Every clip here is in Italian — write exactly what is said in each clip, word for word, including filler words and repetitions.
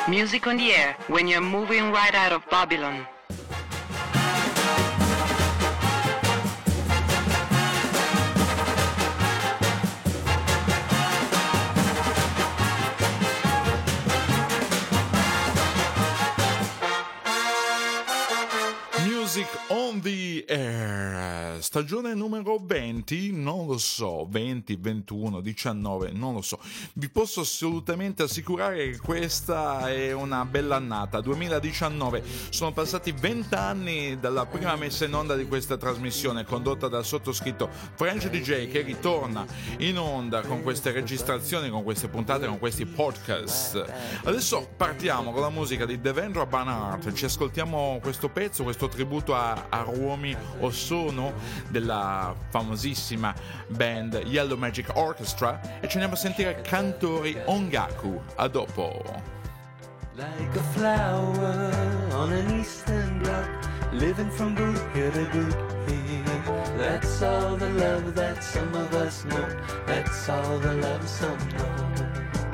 Music on the air when you're moving right out of Babylon. Music on the Air, stagione numero venti, non lo so, venti, ventuno, diciannove, non lo so. Vi posso assolutamente assicurare che questa è una bella annata, duemiladiciannove. Sono passati venti anni dalla prima messa in onda di questa trasmissione condotta dal sottoscritto French D J, che ritorna in onda con queste registrazioni, con queste puntate, con questi podcast. Adesso partiamo con la musica di Devendra Banhart, ci ascoltiamo questo pezzo, questo tributo a, a Ruomi Hosono della famosissima band Yellow Magic Orchestra e ci andiamo a sentire Cantori Ongaku. A dopo. Like a flower on an eastern block, living from boot here to boot here. That's all the love that some of us know. That's all the love some know.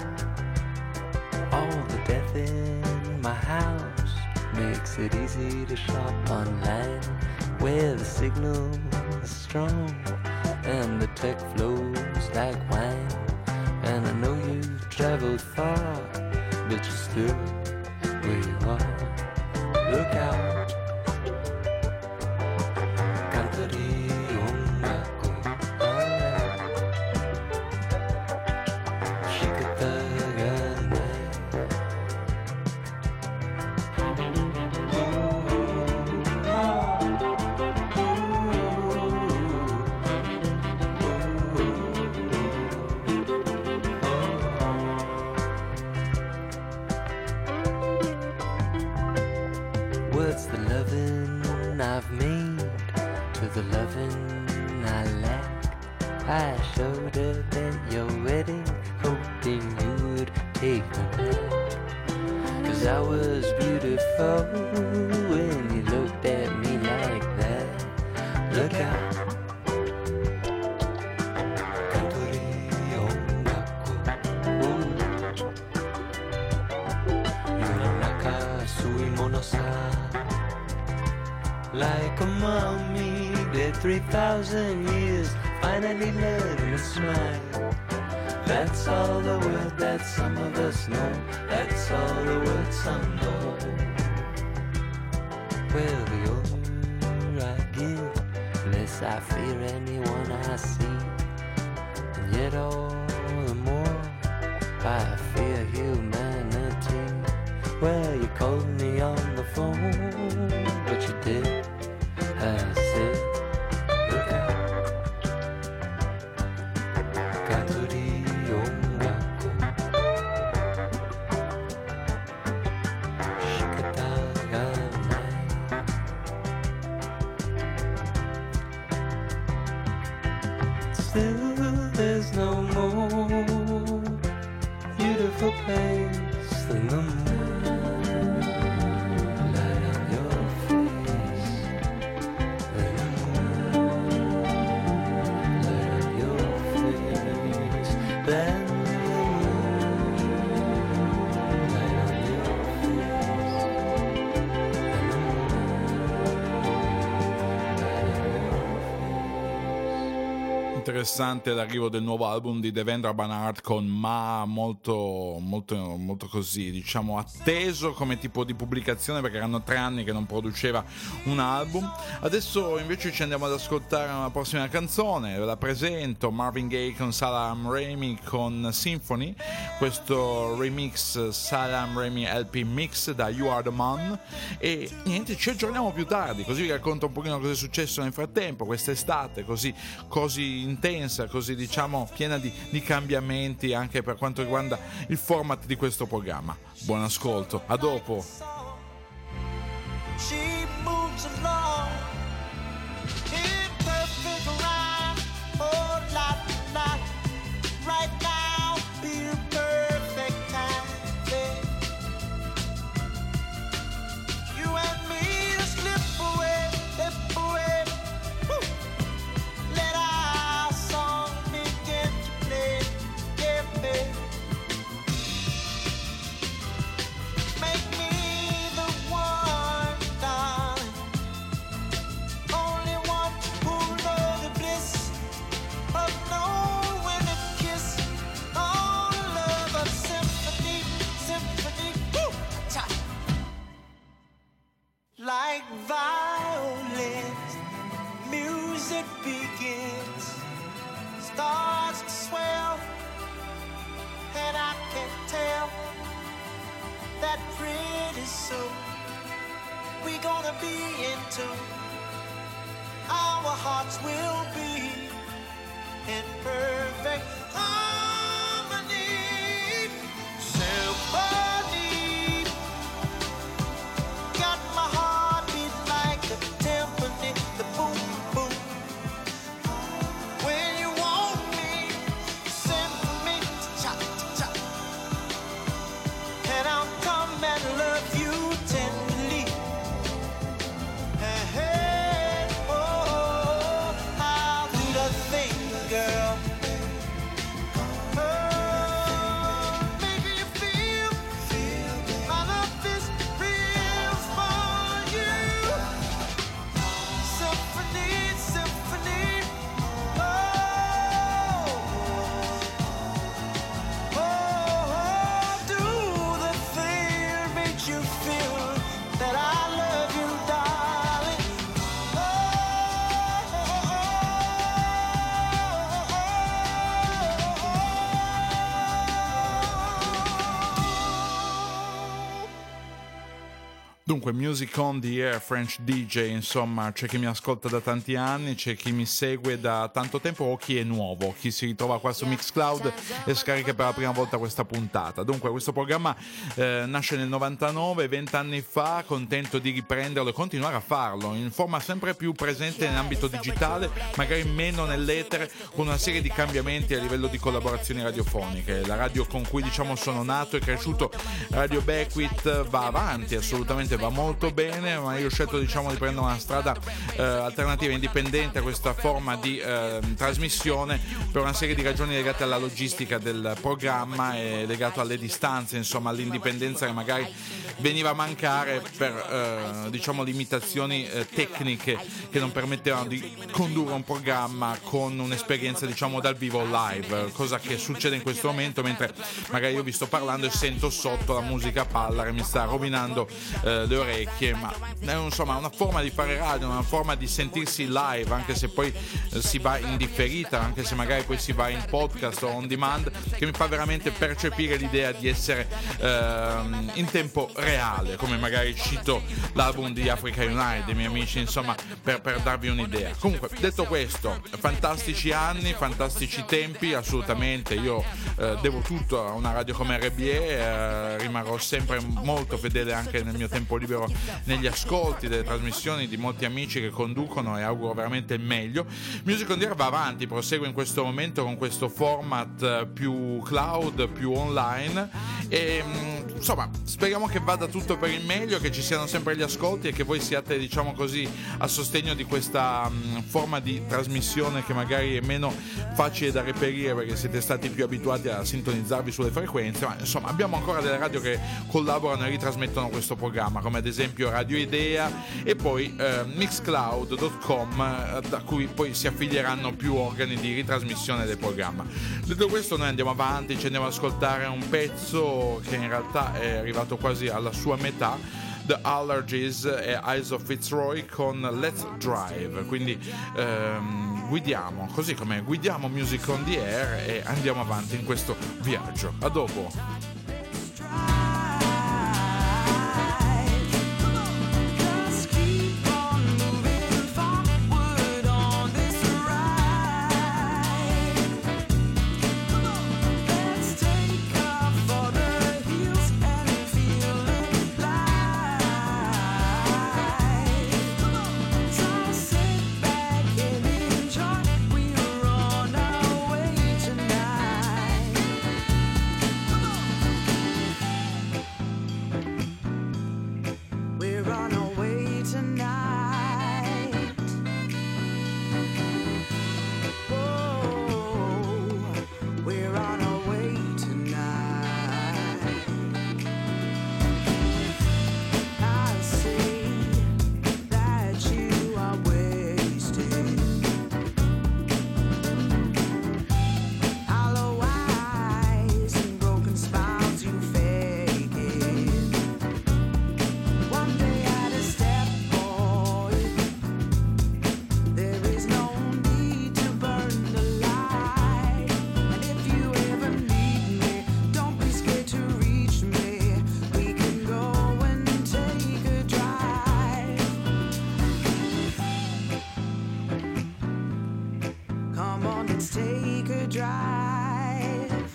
All the death in my house makes it easy to shop online, where the signal is strong and the tech flows like wine. And I know you've traveled far, but you're still where you are. Look out, Cantori Ongaku, Shikataganai. What's the loving I've made to the loving I lack? I showed up at your wedding, hoping you would take me back. Cause I was beautiful when you looked at me like that. Look out, Cantori Ongaku. Yoronaka sui monosa, like a mummy dead three thousand years, finally learning to smile. That's all the word that some of us know. That's all the word some know. Well, the older I get, less I fear anyone I see, and yet all the more I fear humanity. Well, you called me on the phone, but you did. I said, look out, Cantori Ongaku, Shikataganai. Still, there's no more beautiful place than the moon. Interessante l'arrivo del nuovo album di Devendra Banhart con Ma molto, molto, molto così, diciamo atteso come tipo di pubblicazione, perché erano tre anni che non produceva un album. Adesso invece ci andiamo ad ascoltare una prossima canzone, ve la presento, Marvin Gaye con Salaam Remi con Symphony, questo remix Salaam Remi L P Mix da You Are The Man. E niente, ci aggiorniamo più tardi, così vi racconto un pochino cosa è successo nel frattempo, quest'estate così, così intensa, così diciamo piena di, di cambiamenti anche per quanto riguarda il format di questo programma. Buon ascolto, a dopo. She moves along in perfect rhyme, oh la la, right now be a perfect time, babe. You and me to slip away, slip away, woo. Let our song begin to play, yeah, babe. be in tune. Our hearts will be in perfect harmony. Symphony. Got my heart beat like the timpani, the boom boom. When you want me, send me cha cha, and I'll come and love you tenderly. Hey, hey, oh, I'll do the thing, girl. Oh, make you feel, feel my love is real for you. Symphony, symphony. Oh, oh, oh, do the thing that makes you feel that I love you, darling. Oh, oh, oh, oh. Dunque, Music on the Air, French D J, insomma, c'è chi mi ascolta da tanti anni, c'è chi mi segue da tanto tempo o chi è nuovo, chi si ritrova qua su Mixcloud e scarica per la prima volta questa puntata. Dunque, questo programma eh, nasce nel novantanove, vent'anni fa, contento di riprenderlo e continuare a farlo in forma sempre più presente nell'ambito digitale, magari meno nell'etere, con una serie di cambiamenti a livello di collaborazioni radiofoniche. La radio con cui, diciamo, sono nato e cresciuto, Radio Beckwith, va avanti, assolutamente va molto bene, ma io ho scelto, diciamo, di prendere una strada eh, alternativa, indipendente a questa forma di eh, trasmissione, per una serie di ragioni legate alla logistica del programma e legato alle distanze, insomma all'indipendenza che magari veniva a mancare per eh, diciamo limitazioni eh, tecniche che non permettevano di condurre un programma con un'esperienza, diciamo, dal vivo live, cosa che succede in questo momento, mentre magari io vi sto parlando e sento sotto la musica a palla che mi sta rovinando eh, le orecchie, ma è insomma una forma di fare radio, una forma di sentirsi live, anche se poi eh, si va in differita, anche se magari poi si va in podcast o on demand, che mi fa veramente percepire l'idea di essere eh, in tempo reale, come magari cito l'album di Africa Unite dei miei amici, insomma, per, per darvi un'idea. Comunque, detto questo, fantastici anni, fantastici tempi, assolutamente. Io eh, devo tutto a una radio come R B E, eh, rimarrò sempre molto fedele anche nel mio tempo libero negli ascolti delle trasmissioni di molti amici che conducono, e auguro veramente il meglio. Music on the Air va avanti, prosegue in questo momento con questo format più cloud, più online, e insomma speriamo che vada tutto per il meglio, che ci siano sempre gli ascolti e che voi siate, diciamo così, a sostegno di questa um, forma di trasmissione che magari è meno facile da reperire perché siete stati più abituati a sintonizzarvi sulle frequenze, ma insomma abbiamo ancora delle radio che collaborano e ritrasmettono questo programma, come ad esempio Radio Idea e poi eh, mixcloud dot com, eh, da cui poi si affilieranno più organi di ritrasmissione del programma. Detto questo, noi andiamo avanti, ci andiamo ad ascoltare un pezzo che in realtà è arrivato quasi alla sua metà, The Allergies e Eyes of Fitzroy con Let's Drive, quindi ehm, guidiamo, così come guidiamo Music on the Air e andiamo avanti in questo viaggio. A dopo. Tonight let's take a drive.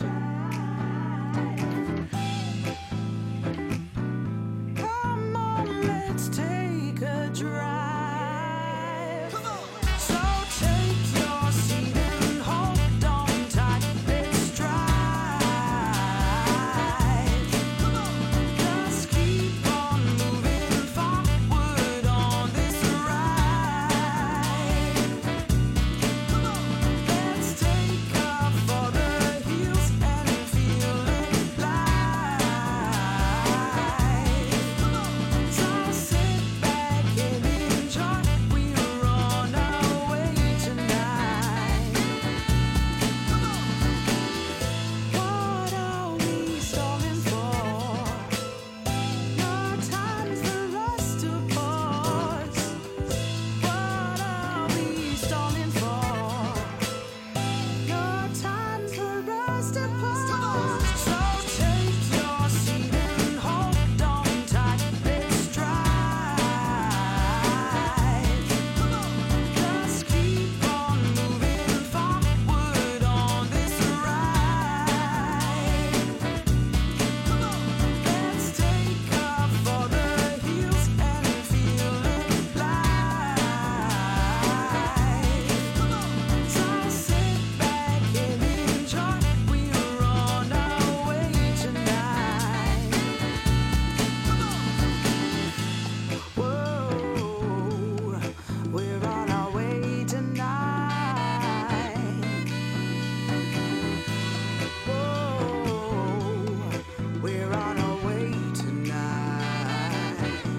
Come on, let's take a drive. So take your seat and hold on tight. Let's drive. Just keep on moving forward on this ride. Let's take off for the hills and feel alive. So sit back and enjoy. We're on our way tonight. What are we stalling for? No time for us to pause. What are we stalling for? No time for us to pause. So take your seat and hold on tight. Let's drive. Just keep on moving forward on this ride. Let's take off for the hills and feel alive. So sit back and enjoy. We're on our way tonight. Whoa, we're on our way tonight. Whoa, we're on our way tonight.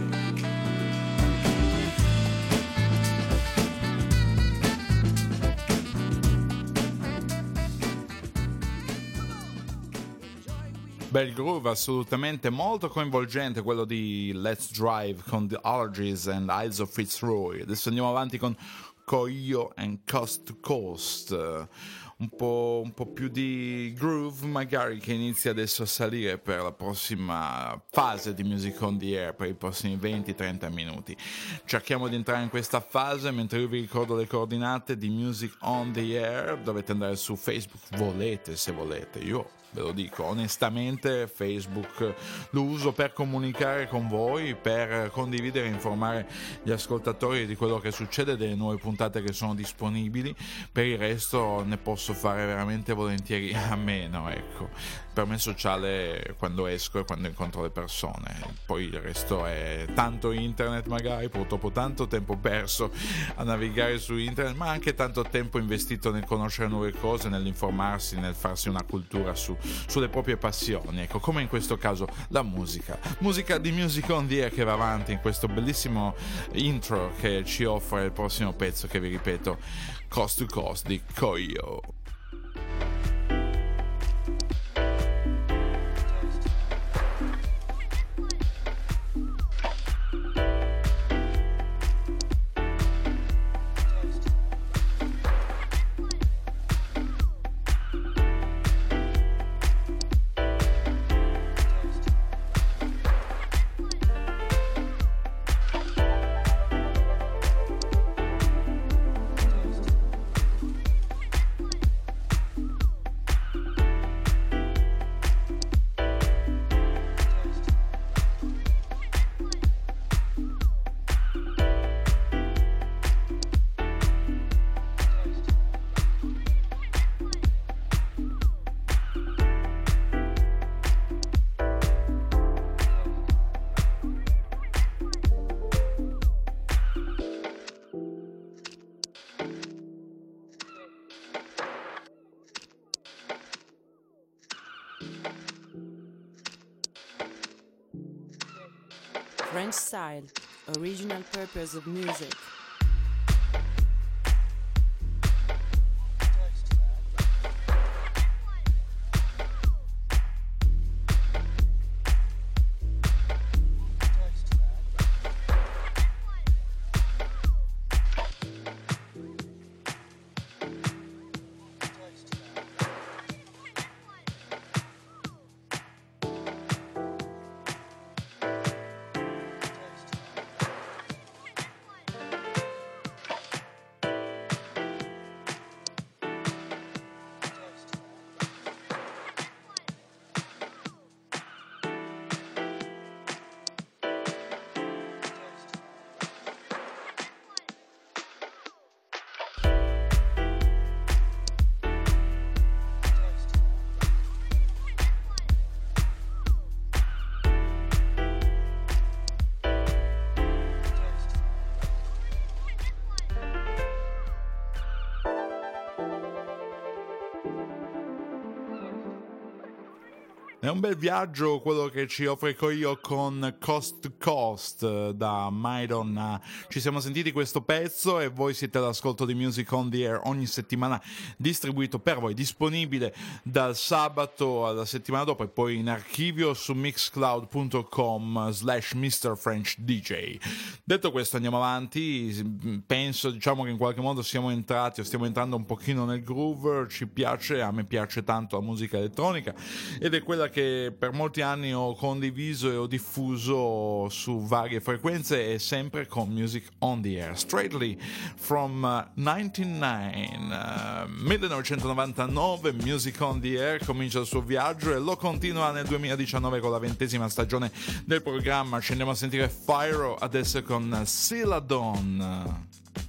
Bel groove, assolutamente molto coinvolgente quello di Let's Drive con The Allergies and Eyes of Fitzroy. Adesso andiamo avanti con Coio and Coast to Coast, un po', un po' più di groove magari, che inizia adesso a salire per la prossima fase di Music on the Air, per i prossimi venti trenta minuti. Cerchiamo di entrare in questa fase mentre io vi ricordo le coordinate di Music on the Air. Dovete andare su Facebook, volete se volete, io ve lo dico onestamente, Facebook lo uso per comunicare con voi, per condividere e informare gli ascoltatori di quello che succede, delle nuove puntate che sono disponibili. Per il resto ne posso fare veramente volentieri a meno, ecco. Per me sociale quando esco e quando incontro le persone, poi il resto è tanto internet, magari purtroppo tanto tempo perso a navigare su internet, ma anche tanto tempo investito nel conoscere nuove cose, nell'informarsi, nel farsi una cultura su, sulle proprie passioni, ecco, come in questo caso la musica musica di Music on the Air, che va avanti in questo bellissimo intro che ci offre il prossimo pezzo, che vi ripeto, Coast to Coast di Coio. French style, original purpose of music. È un bel viaggio quello che ci offre Coio con Coast to Coast da Madonna. Ci siamo sentiti questo pezzo e voi siete all'ascolto di Music on the Air ogni settimana, distribuito per voi, disponibile dal sabato alla settimana dopo e poi in archivio su mixcloud punto com slash mister french d j. Detto questo, andiamo avanti. Penso, diciamo, che in qualche modo siamo entrati o stiamo entrando un pochino nel groove. Ci piace, a me piace tanto la musica elettronica ed è quella che per molti anni ho condiviso e ho diffuso su varie frequenze e sempre con Music on the Air. Straightly from uh, novantanove, uh, millenovecentonovantanove, Music on the Air comincia il suo viaggio e lo continua nel duemiladiciannove con la ventesima stagione del programma. Ci andiamo a sentire Fyro adesso con Celadon.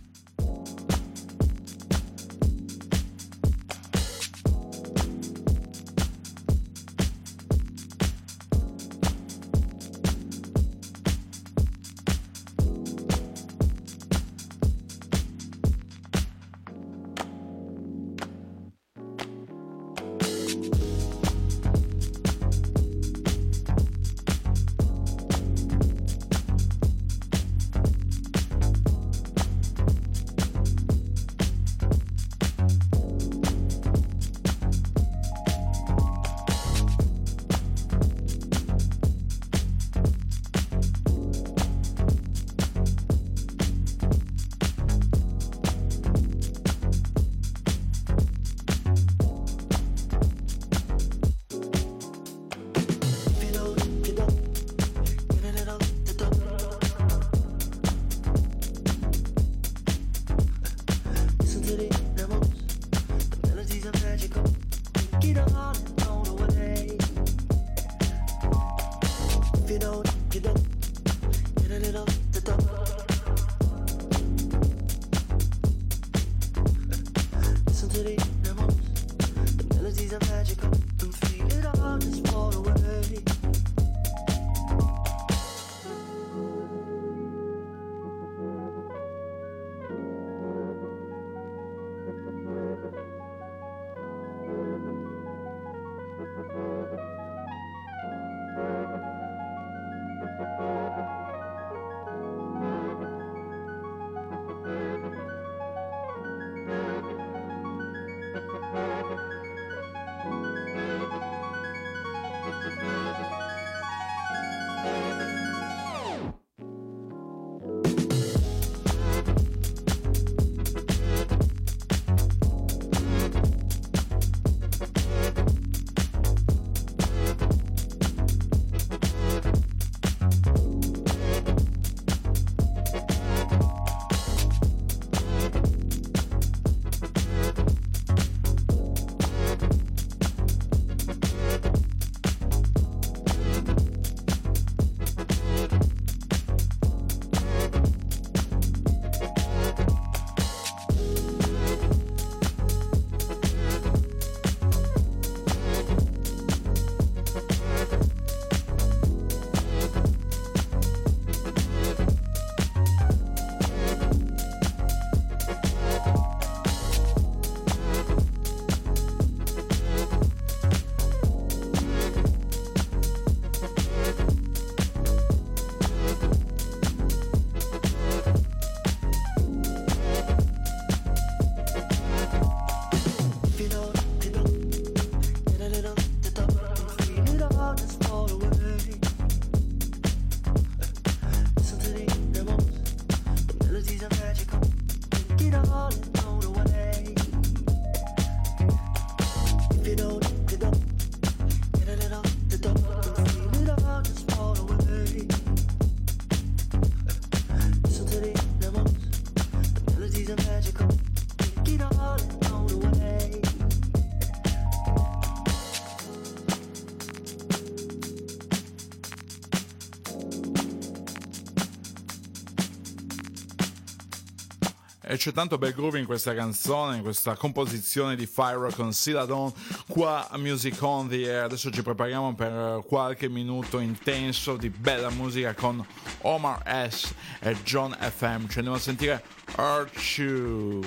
E c'è tanto bel groove in questa canzone, in questa composizione di Fyro con Celadon qua a Music on the Air. Adesso ci prepariamo per qualche minuto intenso di bella musica con Omar S e John F M. Ci andiamo a sentire Hurt You.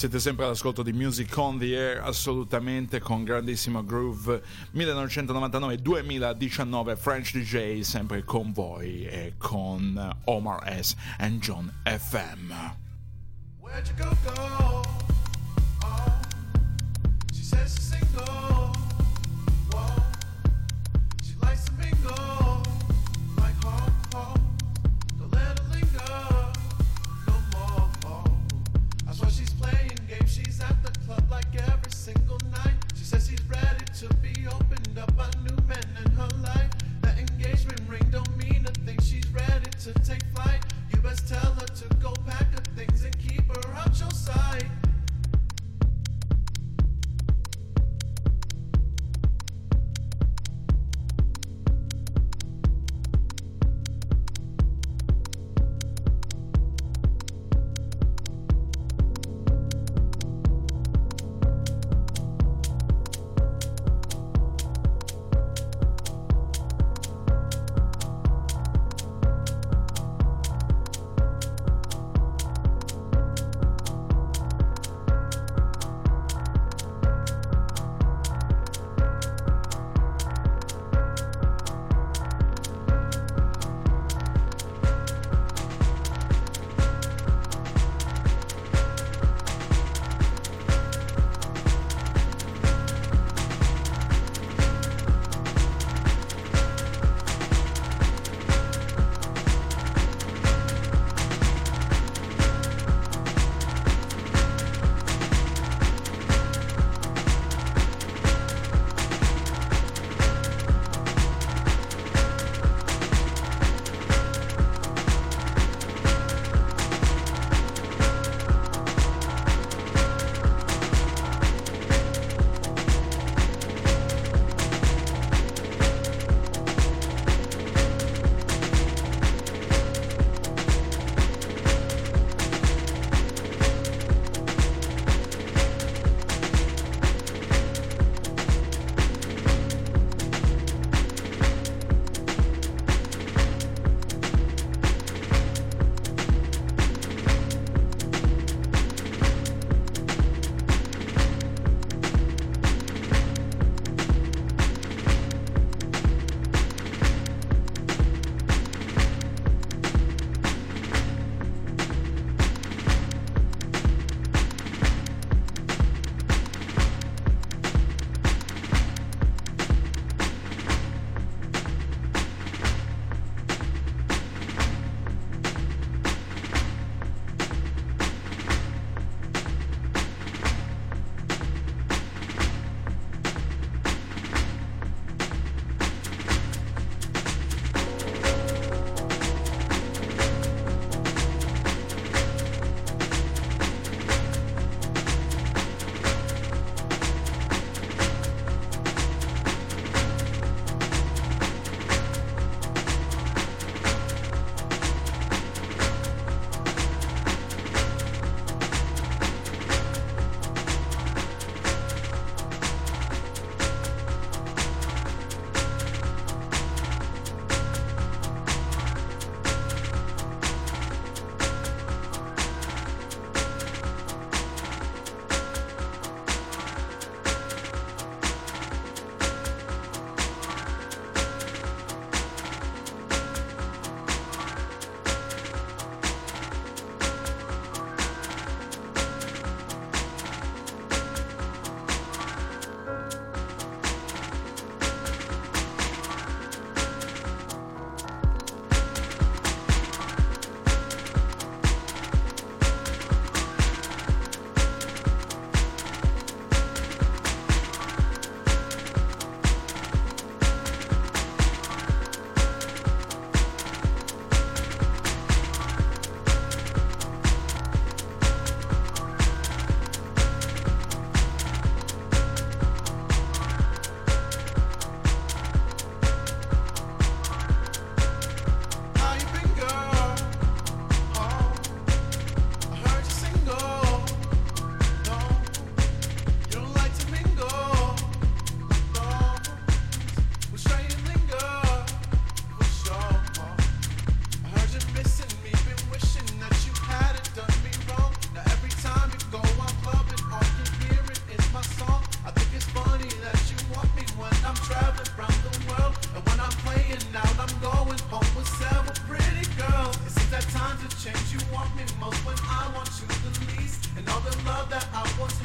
Siete sempre all'ascolto di Music on the Air, assolutamente con grandissimo groove. millenovecentonovantanove duemiladiciannove French D J, sempre con voi e con Omar S and John F M. Where'd you go, go? Oh, she says she's single. Whoa, she likes to mingle. Like home, home. Don't let her linger no more. Oh, I swear she's playing games. She's at the club like every single night. She says she's ready to be opened up by new men in her life. That engagement ring don't mean a thing. She's ready to take flight. You best tell her to go pack a thing.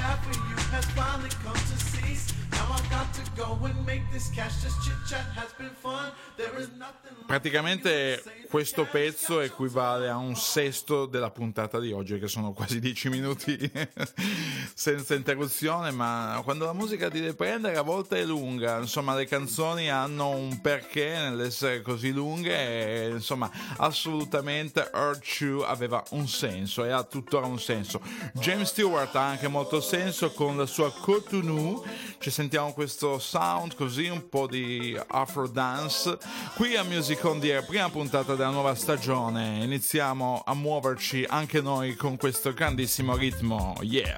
have for you has finally come to cease. Now I've got to go and make this cash. This chit chat has been fun. There is nothing left Praticamente questo pezzo equivale a un sesto della puntata di oggi, che sono quasi dieci minuti senza interruzione, ma quando la musica ti deve prendere a volte è lunga, insomma le canzoni hanno un perché nell'essere così lunghe e insomma assolutamente Earth Two aveva un senso e ha tuttora un senso. James Stewart ha anche molto senso con la sua Cotonou. Ci sentiamo questo sound così, un po' di Afro Dance qui a Music on the Air, prima puntata della nuova stagione. Iniziamo a muoverci anche noi con questo grandissimo ritmo, yeah!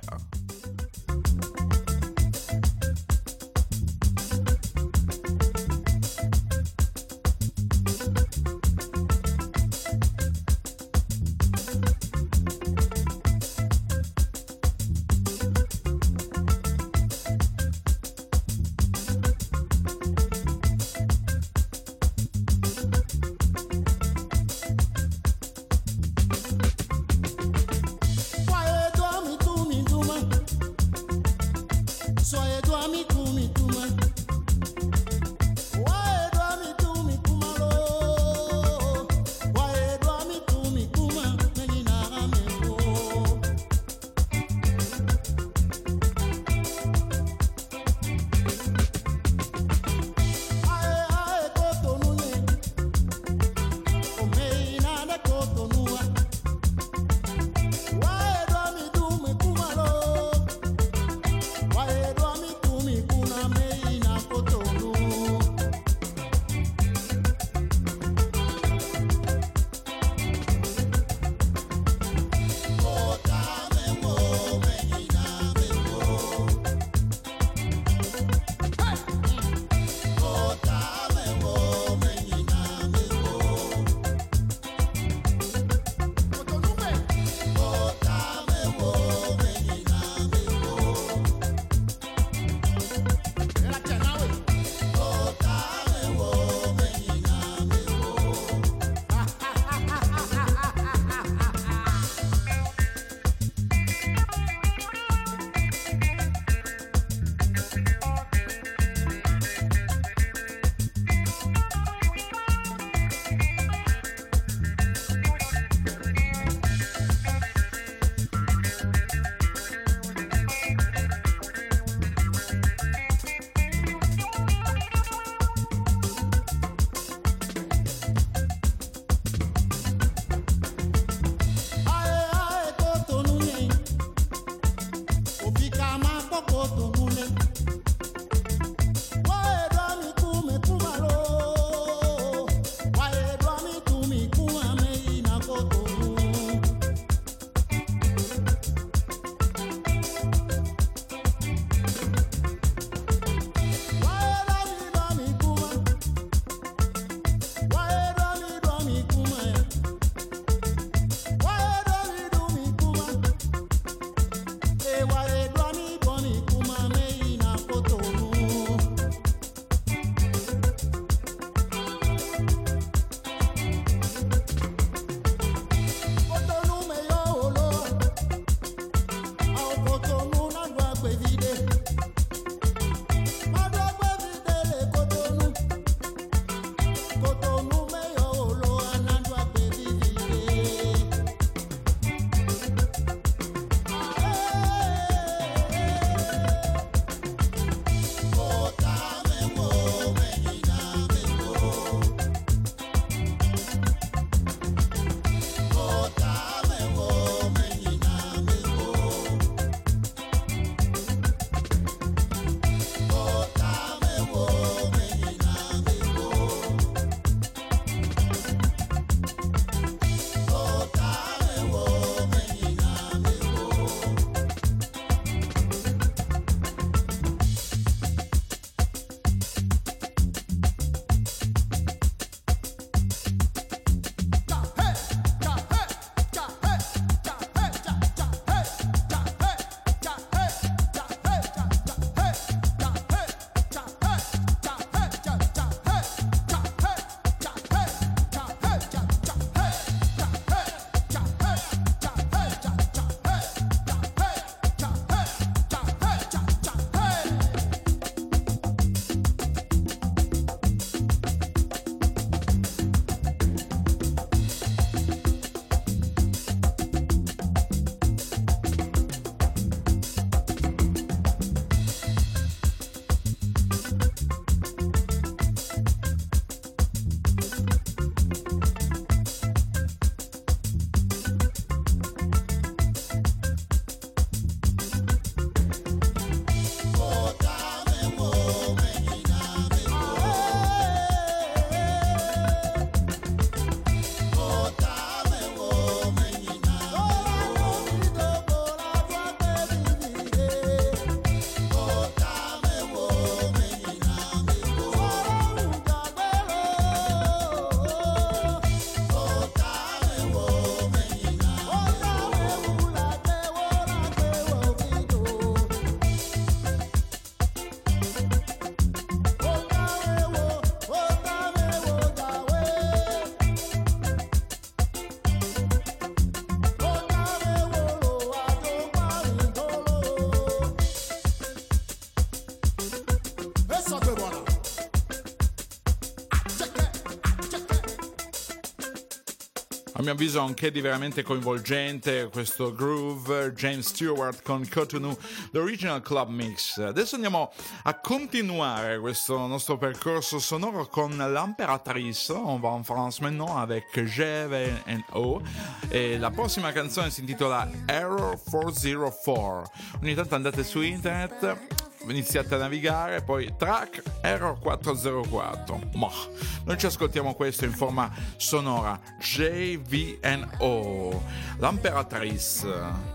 A mio avviso anche di veramente coinvolgente questo groove, James Stewart con Cotonou, l'original club mix. Adesso andiamo a continuare questo nostro percorso sonoro con l'Impératrice. On va en France maintenant avec G V N O e la prossima canzone si intitola Error quattrocentoquattro. Ogni tanto andate su internet, iniziate a navigare, poi track Error quattrocentoquattro. Ma noi ci ascoltiamo questo in forma sonora. J V N O, l'Impératrice.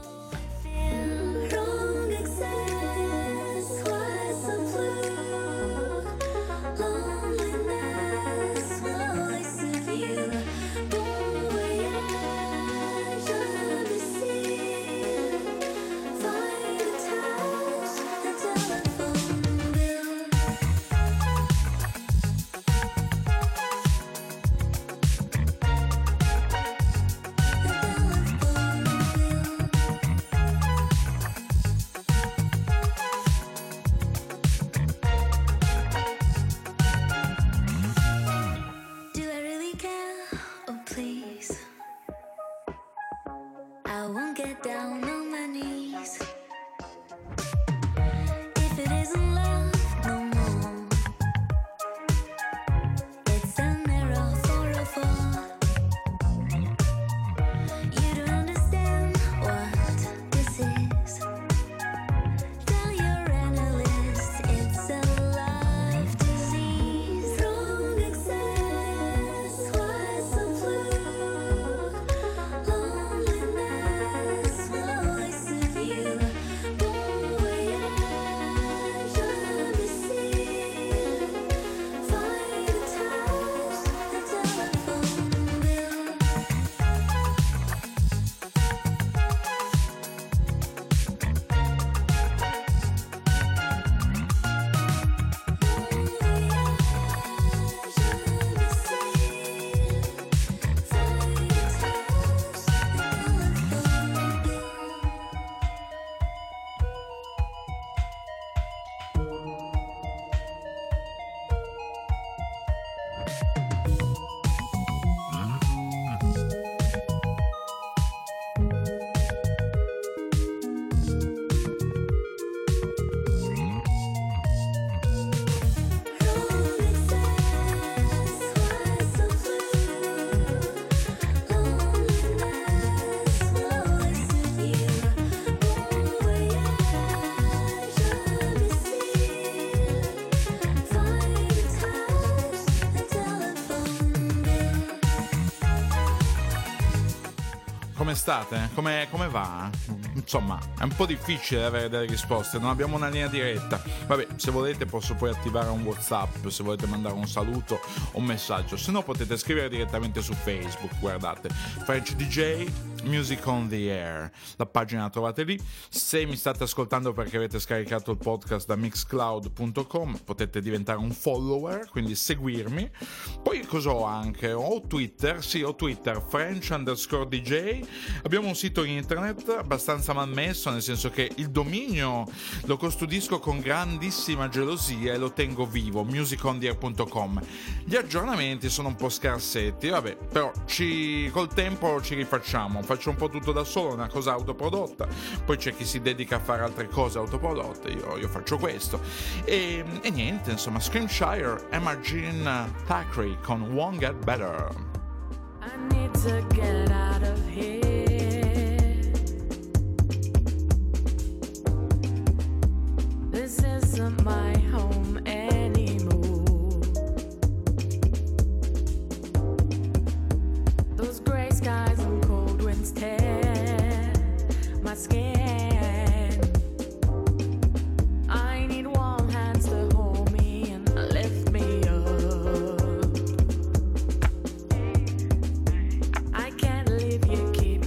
Come state? Come, come va? Insomma, è un po' difficile avere delle risposte, non abbiamo una linea diretta. Vabbè, se volete posso poi attivare un WhatsApp, se volete mandare un saluto o un messaggio, se no potete scrivere direttamente su Facebook, guardate, French D J Music on the Air, la pagina la trovate lì. Se mi state ascoltando perché avete scaricato il podcast da mixcloud punto com potete diventare un follower, quindi seguirmi. Poi cosa ho anche? Ho Twitter, sì ho Twitter, French underscore D J. Abbiamo un sito internet abbastanza malmesso, nel senso che il dominio lo custodisco con grandissima gelosia e lo tengo vivo, music on the air punto com. Gli aggiornamenti sono un po' scarsetti, vabbè, però ci, col tempo ci rifacciamo, faccio un po' tutto da solo, una cosa autoprodotta, poi c'è chi si dedica a fare altre cose autoprodotte, io, io faccio questo e, e niente, insomma, Scrimshire, Imagine Thackeray con Won't Get Better. I need to get out of here. This isn't my home anymore. Those gray skies and cold winds tear my skin. I need warm hands to hold me and lift me up. I can't leave you, keep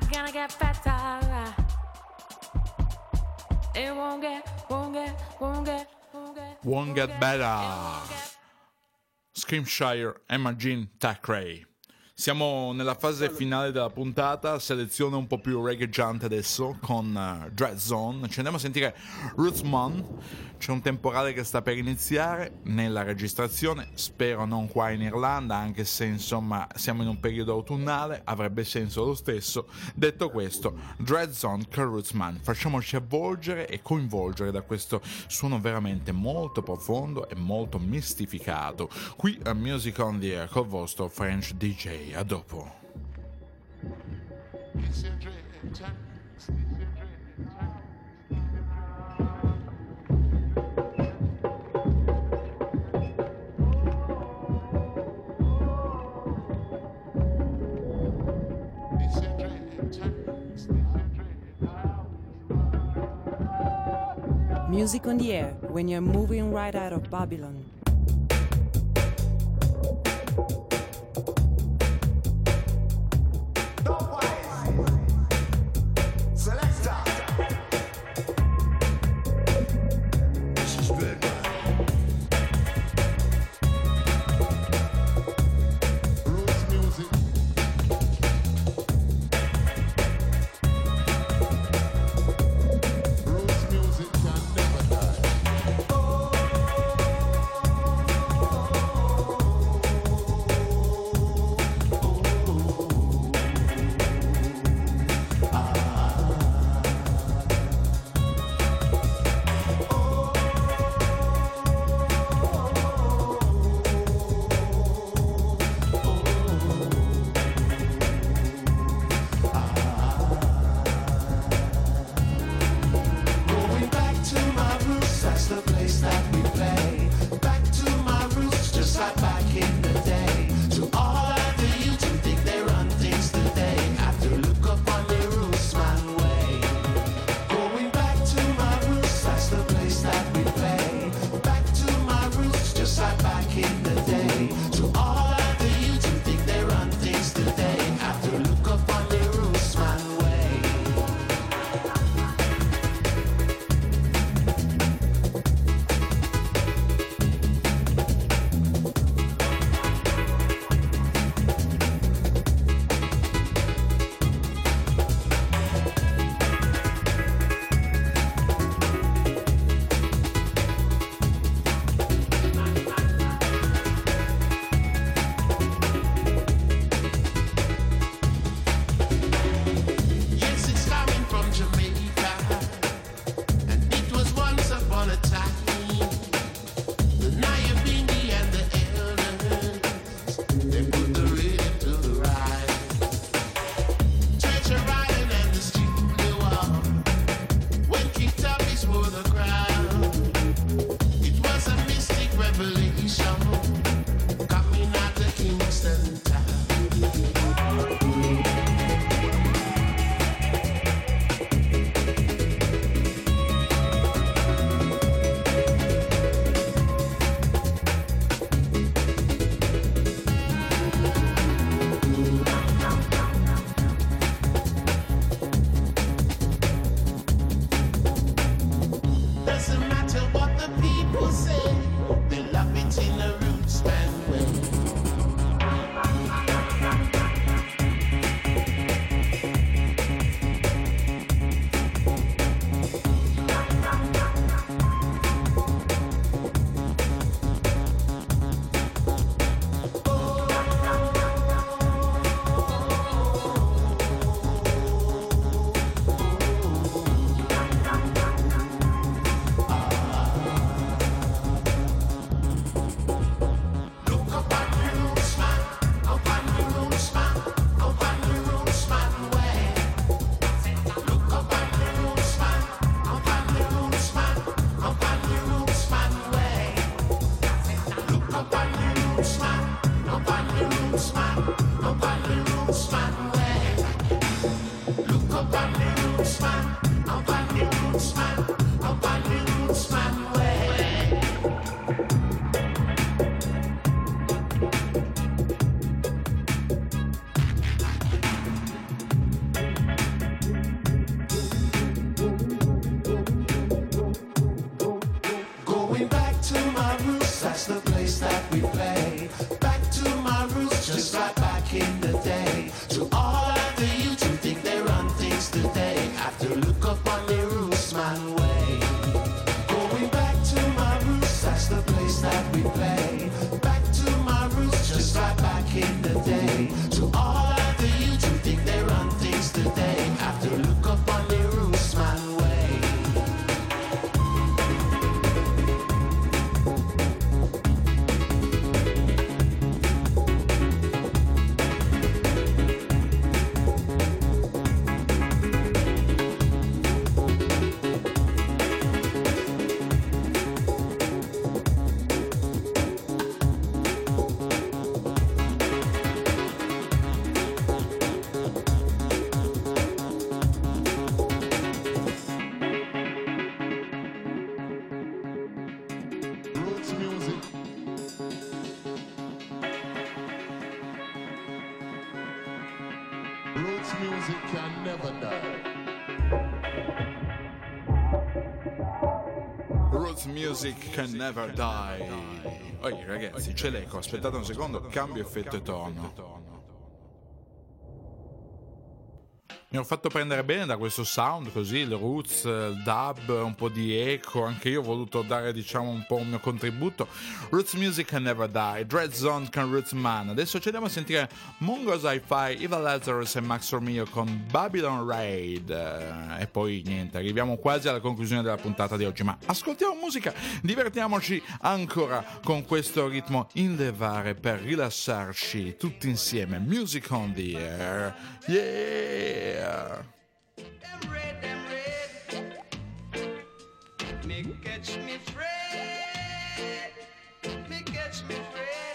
gonna get fatter. It won't get, won't get, won't get, won't get, Won't Get Better. Scrimshire, Emma Jean, Thackeray. Siamo nella fase finale della puntata, selezione un po' più reggaeggiante adesso con uh, Dread Zone. Ci andiamo a sentire Rootsman. C'è un temporale che sta per iniziare nella registrazione, spero non qua in Irlanda, anche se insomma siamo in un periodo autunnale, avrebbe senso lo stesso. Detto questo, Dread Zone con Rootsman, facciamoci avvolgere e coinvolgere da questo suono veramente molto profondo e molto mistificato. Qui a Music on the Air col vostro French D J. A dopo. Music on the air when you're moving right out of Babylon. Roots music can never die. Going back to my roots, that's the place that we play. Back to my roots, just like back in the day. To all of the youth who think they run things today, have to look up on the roots, man, way. Going back to my roots, that's the place that we play. Back to my roots, just like back in the day. To all of the youth who think they run things today, have to look up on the roots, man, way. Roots music. Roots music can never die. Roots music can never die. Oi ragazzi, c'è l'eco, aspettate un secondo, cambio effetto e tono. Mi ho fatto prendere bene da questo sound così, il roots, il dub, un po' di eco, anche io ho voluto dare diciamo un po' un mio contributo. Roots music can never die, Dread Zone con Roots Man. Adesso ci andiamo a sentire Mungos Hi-Fi, Eva Lazarus e Max Romeo con Babylon Raid. E poi niente, arriviamo quasi alla conclusione della puntata di oggi, ma ascoltiamo musica, divertiamoci ancora con questo ritmo in levare per rilassarci tutti insieme. Music on the air, yeah! Them red, them red. Me catch me afraid. Me catch me afraid.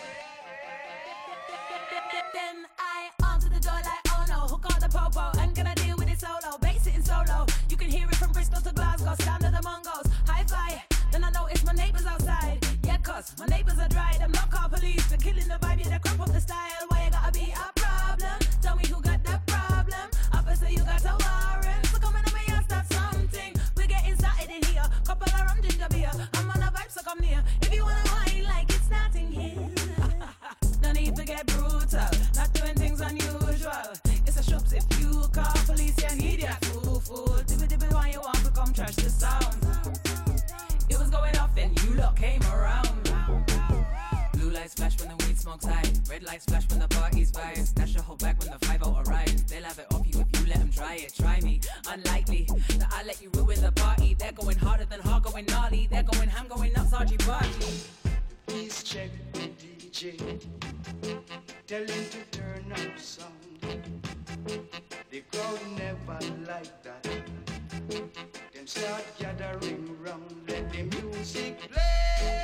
Then I answer the door like, oh no, hook on the popo, I'm gonna deal with it solo, bass it in solo. You can hear it from Bristol to Glasgow, sound of the Mongols, hi-fi. Then I notice my neighbors outside, yeah, cause my neighbors are dry. Them not call police, they're killing the vibe, yeah, they crop up the style. Why you gotta be a problem? Tell me who got that problem. Officer, you got a warrant, so come in and me and start something. We're getting started in here, couple of rum ginger beer. I'm on a vibe, so come near. If you wanna wine like it's starting here. No need to get brutal, not doing things unusual. It's a shops if you call police, you need ya. Fool, fool, dibby dibby, why you want to come trash the sound? It was going off and you lot came around. Blue lights flash when the weed smoke's high. Red lights flash when the party's vibe. Stash your whole back when the five oh arrives. They'll have it off you if you let them try it. Try me, unlikely that I let you ruin the party. They're going harder than hard, going gnarly. They're going ham, going nuts, R G party. Please check the D J. Tell him to turn up sound. The crowd never like that. Them start gathering round. Let the music play.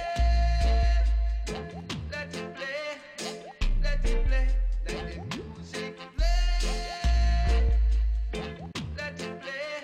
Let it play. Let it play. Let the music play. Let it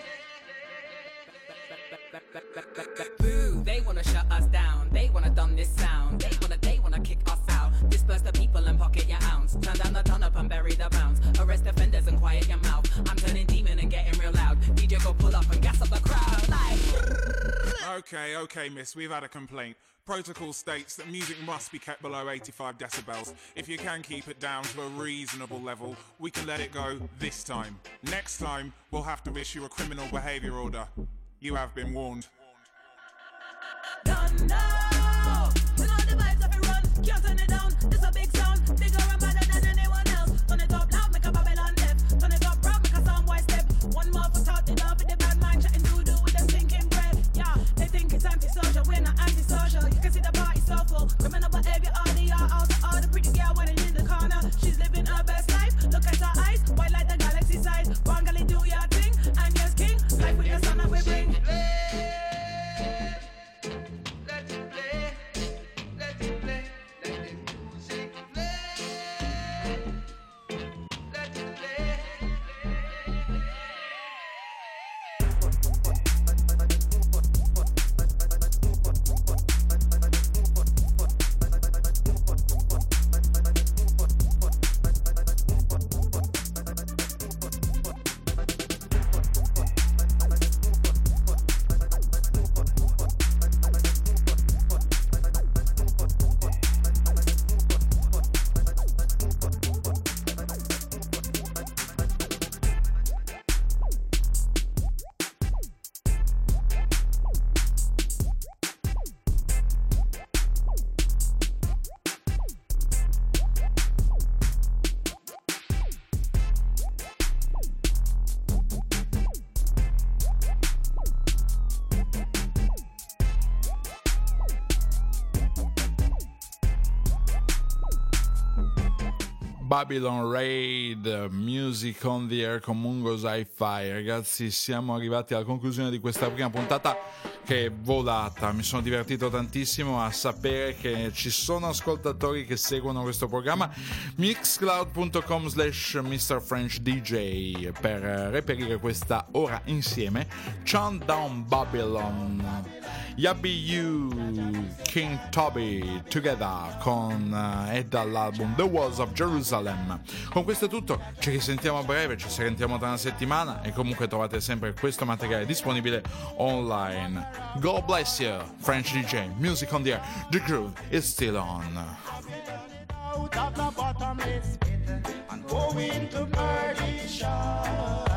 play. Boo, they wanna shut us down. They wanna dumb this sound. They wanna, they wanna kick us out. Disperse the people and pocket your ounce. Turn down the turn up and bury the bounce. Arrest offenders and quiet your mouth. I'm turning demon and getting real loud. D J go pull up and gas up the crowd like. Okay, okay, miss, we've had a complaint. Protocol states that music must be kept below eighty-five decibels. If you can keep it down to a reasonable level, we can let it go this time. Next time, we'll have to issue a criminal behaviour order. You have been warned. Don't know. We know the vibes of it run. Can't turn it down. This a big sound. Bigger and better than anyone else. Turn it up loud, make a Babylon deaf. Turn it up proud, make a soundboy step. One more for talk, they love with the bad mind. Chatting doo-doo with them thinking breath. Yeah, they think it's antisocial. We're not antisocial. You can see the party so full. Criminal behavior, all the y'all out. All the pretty girl running in the corner. She's living her best life. Look at her eyes. White like the galaxy size. Bangali, do your thing. And yes, king. Life with the sun that we bring. Let it play. Babylon Raid, Music on the Air con Mungos Hi-Fi. Ragazzi, siamo arrivati alla conclusione di questa prima puntata che è volata. Mi sono divertito tantissimo a sapere che ci sono ascoltatori che seguono questo programma. Mixcloud punto com slash mister French D J per reperire questa ora insieme. Chant Down Babylon, Yabby You, King Toby Together con uh, e dall'album The Walls of Jerusalem. Con questo è tutto, ci risentiamo a breve, ci sentiamo tra una settimana e comunque trovate sempre questo materiale disponibile online. God bless you, French D J, music on the air, the groove is still on. Out of the bottomless pit and go into perdition.